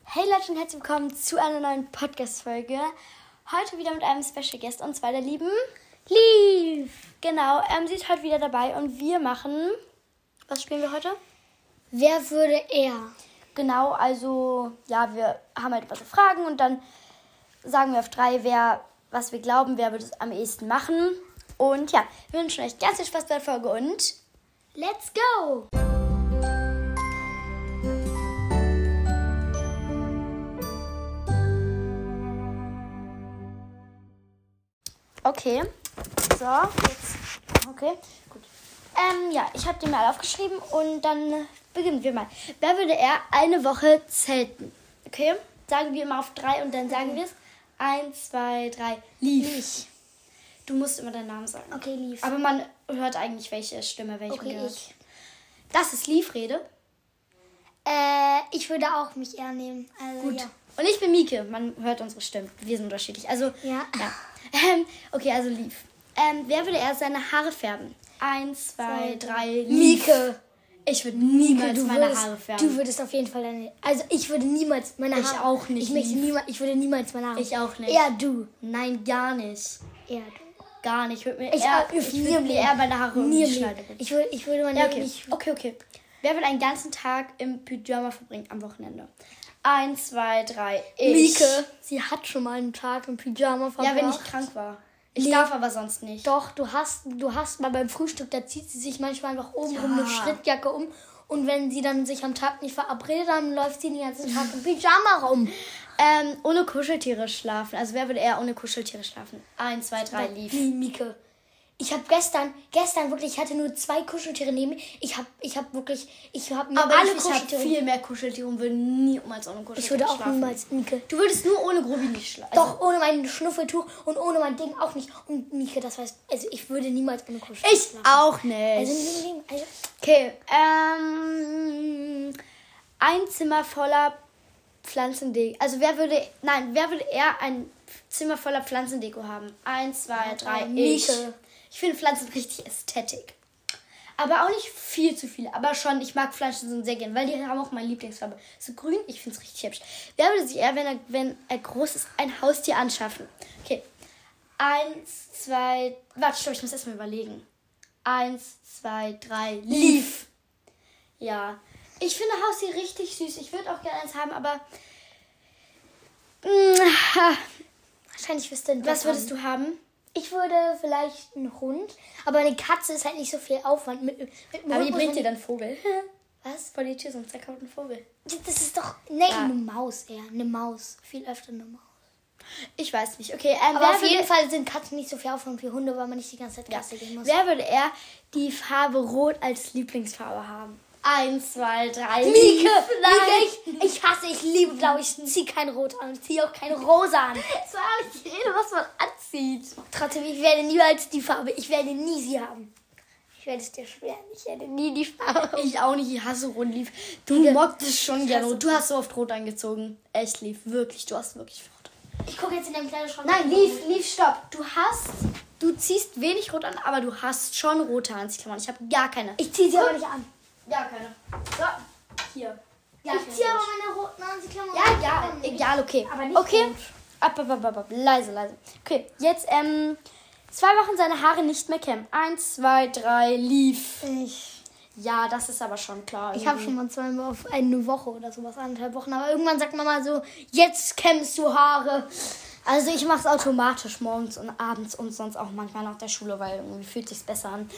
Hey Leute und herzlich willkommen zu einer neuen Podcast-Folge. Heute wieder mit einem Special Guest und zwar der lieben Liv. Genau, sie ist heute wieder dabei und wir machen... Was spielen wir heute? Wer würde er? Genau, also ja, wir haben halt was Fragen und dann sagen wir auf 3, was wir glauben, wer würde es am ehesten machen. Und ja, wir wünschen euch ganz viel Spaß bei der Folge und Let's go! Okay, so, jetzt, okay, gut. Ja, ich habe die mal aufgeschrieben und dann beginnen wir mal. Wer würde er eine Woche zelten? Okay, sagen wir mal auf 3 und dann sagen wir es. 1, 2, 3, Liv. Du musst immer deinen Namen sagen. Okay, Liv. Aber man hört eigentlich, welche Stimme welche Okay, gehört. ich. Das ist Liv-Rede. Ich würde auch mich eher nehmen. Also, Gut. Ja. Und ich bin Mieke. Man hört unsere Stimmen. Wir sind unterschiedlich. Also, Ja. Okay, also Liv. Wer würde erst seine Haare färben? 1, 2, 3, Liv. Mieke. Ich würde niemals meine würdest, Haare färben. Du würdest auf jeden Fall deine... Also ich würde niemals meine Haare... Ich auch nicht, Ich würde niemals meine Haare... Ich auch nicht. Eher du. Nein, gar nicht. Eher du. Gar nicht. Ich würde mir Ich würd mir eher meine Haare Nie im schneiden. Leben. Ich würde meine... Ja, okay. nicht- Okay. Wer wird einen ganzen Tag im Pyjama verbringen am Wochenende? 1, 2, 3, ich. Mieke. Sie hat schon mal einen Tag im Pyjama verbracht. Ja, wenn ich krank war. Ich Nee. darf aber sonst nicht. Doch, du hast mal beim Frühstück, da zieht sie sich manchmal einfach oben rum eine Schrittjacke um. Und wenn sie dann sich am Tag nicht verabredet, dann läuft sie den ganzen Tag im Pyjama rum. Ohne Kuscheltiere schlafen. Also wer würde eher ohne Kuscheltiere schlafen? 1, 2, 3, Liv. Mieke. Ich habe gestern wirklich, ich hatte nur 2 Kuscheltiere neben mir. Ich habe mir Aber alle ich habe Kuscheltiere... viel mehr Kuscheltiere und würde niemals ohne Kuscheltiere Ich würde auch schlafen. niemals, Mieke. Du würdest nur ohne Grobi nicht schlafen. Doch, ohne mein Schnuffeltuch und ohne mein Ding auch nicht. Und Mieke, das weißt also ich würde niemals ohne Kuscheltiere Ich schlafen. auch nicht. Also, Okay, ein Zimmer voller Pflanzendeko. Also wer würde eher ein Zimmer voller Pflanzendeko haben? 1, 2, 3, ich. Mieke. Ich finde Pflanzen richtig Ästhetik. Aber auch nicht viel zu viel. Aber schon, ich mag Pflanzen so sehr gern, weil die haben auch meine Lieblingsfarbe. So grün, ich finde es richtig hübsch. Wer würde sich eher, wenn er groß ist, ein Haustier anschaffen? Okay. 1, 2, warte, stopp, ich muss erstmal überlegen. 1, 2, 3, Liv. Ja. Ich finde Haustier richtig süß. Ich würde auch gerne eins haben, aber... Wahrscheinlich wirst du Was würdest du haben? Ich würde vielleicht einen Hund, aber eine Katze ist halt nicht so viel Aufwand. Mit einem Aber Hund die muss bringt man- dir dann Vogel. Was? Vor die Tür, sonst zerkaut ein Vogel. Das ist doch... Nee, Ja. eine Maus eher. Eine Maus. Viel öfter eine Maus. Ich weiß nicht. Okay, Aber auf jeden Fall sind Katzen nicht so viel Aufwand wie Hunde, weil man nicht die ganze Zeit Gassi gehen muss. Wer würde eher die Farbe Rot als Lieblingsfarbe haben? 1, 2, 3. Mieke! Nein! Ich liebe Blau. Ich ziehe kein Rot an. Ich ziehe auch kein Rosa an. Das war auch nicht die Rede, was man anzieht. Trotzdem, ich werde niemals die Farbe. Ich werde nie sie haben. Ich werde es dir schwören. Ich werde nie die Farbe. Ich auch nicht, ich hasse Rot, Liv. Du mochtest schon gerne Rot. Du hast so oft Rot angezogen. Echt, Liv. Wirklich, du hast wirklich Rot. Ich gucke jetzt in deinem Kleiderschrank. Nein, Liv, stopp. Du ziehst wenig Rot an, aber du hast schon rote Anziehklamotten. Ich habe gar keine. Ich ziehe sie aber nicht an. Gar keine. So, hier. Ich ziehe aber meine roten Anziehklamotten. Ja, egal, okay. Aber nicht okay. rot. Ab. Leise. Okay, jetzt, 2 Wochen seine Haare nicht mehr kämmen. 1, 2, 3, Liv. Ja, das ist aber schon klar. Ich habe schon mal 2 Mal auf eine Woche oder sowas, 1,5 Wochen. Aber irgendwann sagt Mama so, jetzt kämmst du Haare. Also ich mache es automatisch morgens und abends und sonst auch manchmal nach der Schule, weil irgendwie fühlt sich's besser an.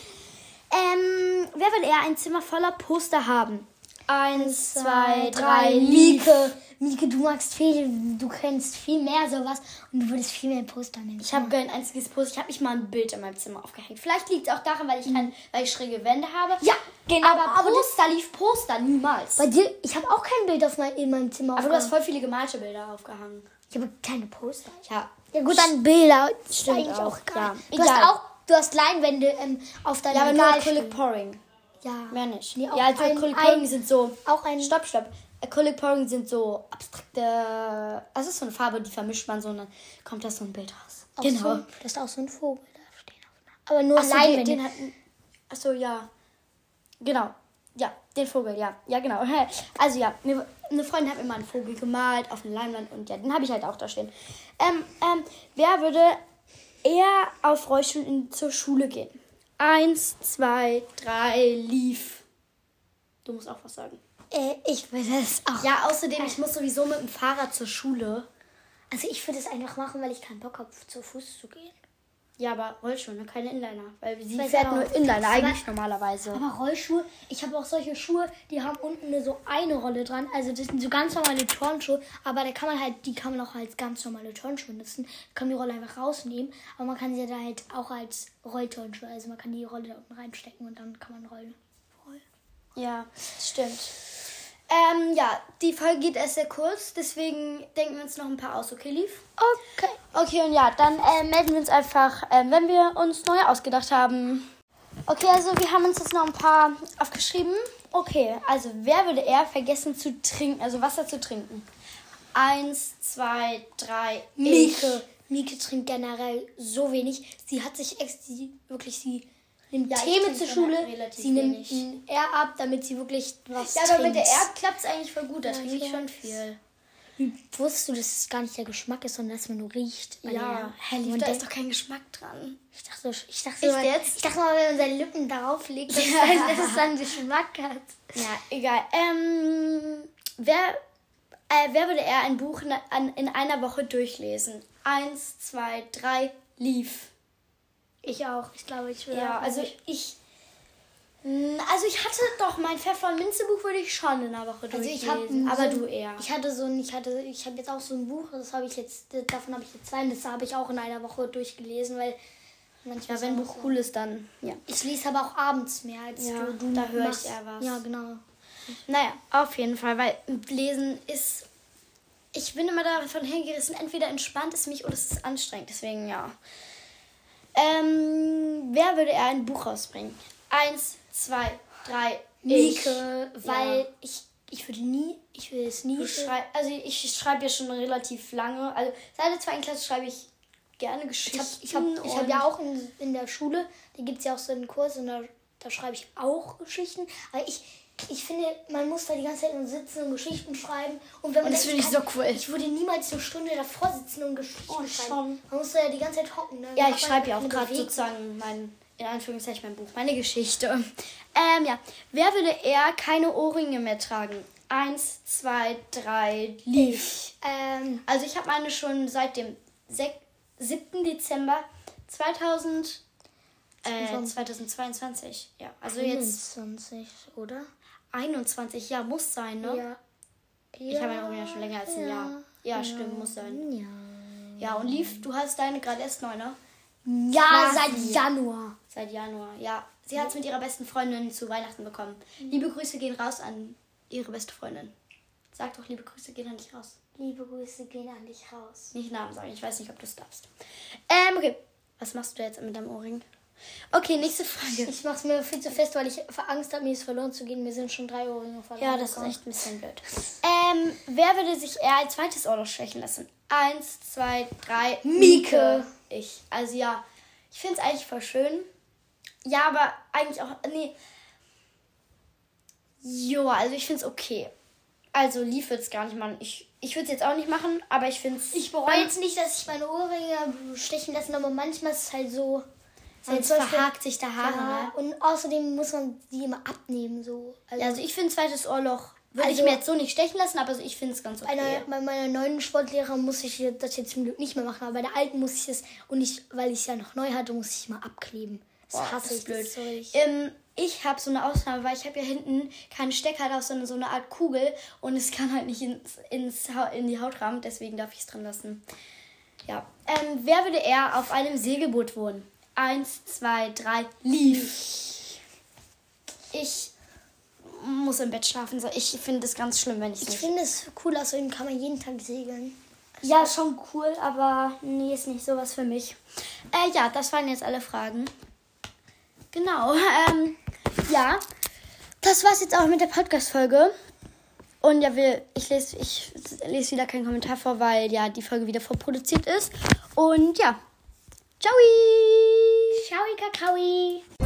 Wer will eher ein Zimmer voller Poster haben? 1, 2, 3, Liv. Mieke, du kennst viel mehr sowas und du würdest viel mehr Poster nehmen. Ich habe kein einziges Poster. Ich habe nicht mal ein Bild in meinem Zimmer aufgehängt. Vielleicht liegt es auch daran, weil ich schräge Wände habe. Ja, genau. Aber Poster niemals. Bei dir, ich habe auch kein Bild in meinem Zimmer Aber du hast aufgehangen. voll viele gemalte Bilder aufgehangen. Ich habe keine Poster. Ja. Ja gut, dann Bilder. Stimmt Eigentlich auch, auch gar ja. nicht. Egal. Du hast Leinwände auf deiner Ja, aber nur Regal Acrylic stehen. Pouring. Ja. Mehr nicht. Nee, auch Ja, also Acrylic Pouring sind so... Auch ein... Stopp. Acrylic Pouring sind so abstrakte... Das ist so eine Farbe, die vermischt man so und dann kommt da so ein Bild raus. Auch Genau. So, das ist auch so ein Vogel da stehen. Aber nur Achso, Leinwände. Achso, ja. Genau. Ja, den Vogel, ja. Ja, genau. Also ja, eine Freundin hat immer einen Vogel gemalt auf eine Leinwand und ja, den habe ich halt auch da stehen. Wer würde eher auf Rollstuhl zur Schule gehen? 1, 2, 3, lief. Du musst auch was sagen. Ich will das auch. Ja, außerdem, ich muss sowieso mit dem Fahrrad zur Schule. Also ich würde es einfach machen, weil ich keinen Bock habe, zu Fuß zu gehen. Ja, aber Rollschuhe, ne? Keine Inliner. Weil sie Weiß fährt auch. nur Inliner eigentlich normalerweise. Aber Rollschuhe, ich habe auch solche Schuhe, die haben unten nur so eine Rolle dran. Also das sind so ganz normale Turnschuhe, aber da kann man halt, die kann man auch als ganz normale Turnschuhe nutzen. Da kann man die Rolle einfach rausnehmen, aber man kann sie da halt auch als Rollturnschuhe, also man kann die Rolle da unten reinstecken und dann kann man rollen. Ja, stimmt. Ja, die Folge geht erst sehr kurz, deswegen denken wir uns noch ein paar aus. Okay, Liv? Okay. Okay, und ja, dann melden wir uns einfach, wenn wir uns neue ausgedacht haben. Okay, also wir haben uns jetzt noch ein paar aufgeschrieben. Okay, also wer würde eher vergessen zu trinken, also Wasser zu trinken? 1, 2, 3, Mieke. Mieke trinkt generell so wenig. Sie hat sich extra, sie nimmt Tee mit zur Schule. Sie nimmt ein R ab, damit sie wirklich was Ja, trinkt. aber mit der R klappt es eigentlich voll gut. Da trinke ich schon viel. Wusstest du, dass es gar nicht der Geschmack ist, sondern dass man nur riecht? Ja, und da ist doch kein Geschmack dran. Ich dachte Echt mal, jetzt? Ich dachte mal, wenn man seine Lippen darauf legt, dass es dann Geschmack hat. Ja, egal. Wer würde eher ein Buch in einer Woche durchlesen? 1, 2, 3, lief. Ich auch. Ich glaube, ich würde. Ja, also ich hatte doch mein Pfeffer- und Minze-Buch würde ich schon in einer Woche durchlesen. Aber du eher. Ich habe jetzt auch so ein Buch, davon habe ich jetzt 2, und das habe ich auch in einer Woche durchgelesen, weil manchmal. Ja, wenn ein Buch cool ist, dann ja. Ich lese aber auch abends mehr als du. Da höre machst. ich eher was. Ja, genau. Naja, auf jeden Fall, weil Lesen ist. Ich bin immer davon hingerissen, entweder entspannt es mich oder es ist anstrengend. Deswegen ja. Wer würde eher ein Buch rausbringen? 1, 2, 3, Mieke, weil ich will es nie. Ich schreibe ja schon relativ lange. Also seit der 2. Klasse schreibe ich gerne Geschichten. Ich hab ja auch in der Schule, da gibt es ja auch so einen Kurs und da schreibe ich auch Geschichten. Aber ich finde, man muss da die ganze Zeit nur sitzen und Geschichten schreiben. Und wenn man das finde ich so cool. Ich würde niemals eine Stunde davor sitzen und Geschichten schreiben. Man muss da ja die ganze Zeit hocken. Ne? Ja, ich schreibe ja auch gerade sozusagen in Anführungszeichen mein Buch, meine Geschichte. Ja. Wer würde eher keine Ohrringe mehr tragen? 1, 2, 3, lief. Also ich habe meine schon seit dem 7. Dezember 2022. Ja, also 25, oder? 21, ja, muss sein, ne? Ja. Ich habe meine Ohrringe schon länger als ein Jahr. Ja, stimmt, muss sein. Ja. Ja, und Liv, du hast deine gerade erst neu, ne? Ja, seit Januar. Seit Januar, ja. Sie hat es mit ihrer besten Freundin zu Weihnachten bekommen. Liebe Grüße gehen raus an ihre beste Freundin. Sag doch, liebe Grüße gehen an dich raus. Liebe Grüße gehen an dich raus. Nicht Namen sagen, ich weiß nicht, ob du es darfst. Okay. Was machst du jetzt mit deinem Ohrring? Okay, nächste Frage. Ich mach's mir viel zu fest, weil ich Angst habe, mir ist verloren zu gehen. Mir sind schon 3 Ohrringe verloren. Ja, das ist echt ein bisschen blöd. Wer würde sich eher ein zweites Ohrloch stechen lassen? 1, 2, 3, Mieke. Ich. Also ja, ich finde es eigentlich voll schön. Ja, aber eigentlich auch, nee. Jo, also ich finde es okay. Also Lief würde es gar nicht machen. Ich würde es jetzt auch nicht machen, aber ich finde es... Ich bereue jetzt nicht, dass ich meine Ohrringe stechen lassen, aber manchmal ist es halt so... Sonst verhakt sich der Haare, ja, ne? Und außerdem muss man die immer abnehmen, so. Also ich finde, zweites Ohrloch würde ich mir jetzt so nicht stechen lassen, aber ich finde es ganz okay. Bei meiner neuen Sportlehrer muss ich das jetzt zum Glück nicht mehr machen, aber bei der alten muss ich es, und nicht, weil ich es ja noch neu hatte, muss ich mal abkleben. Das hasse ich. Blöd. Ich habe so eine Ausnahme, weil ich habe ja hinten keinen Stecker drauf, sondern so eine Art Kugel und es kann halt nicht in die Haut rammen, deswegen darf ich es drin lassen. Ja. Wer würde eher auf einem Segelboot wohnen? 1, 2, 3, Lief. Ich muss im Bett schlafen. Ich finde es ganz schlimm, wenn ich Ich finde es cool, außerdem kann man jeden Tag segeln. Ja, schon cool, aber nee, ist nicht sowas für mich. Ja, das waren jetzt alle Fragen. Genau. Ja, das war's jetzt auch mit der Podcast-Folge. Und ja, ich lese wieder keinen Kommentar vor, weil ja die Folge wieder vorproduziert ist. Und ja, ciao! Ciao, Kakaoi!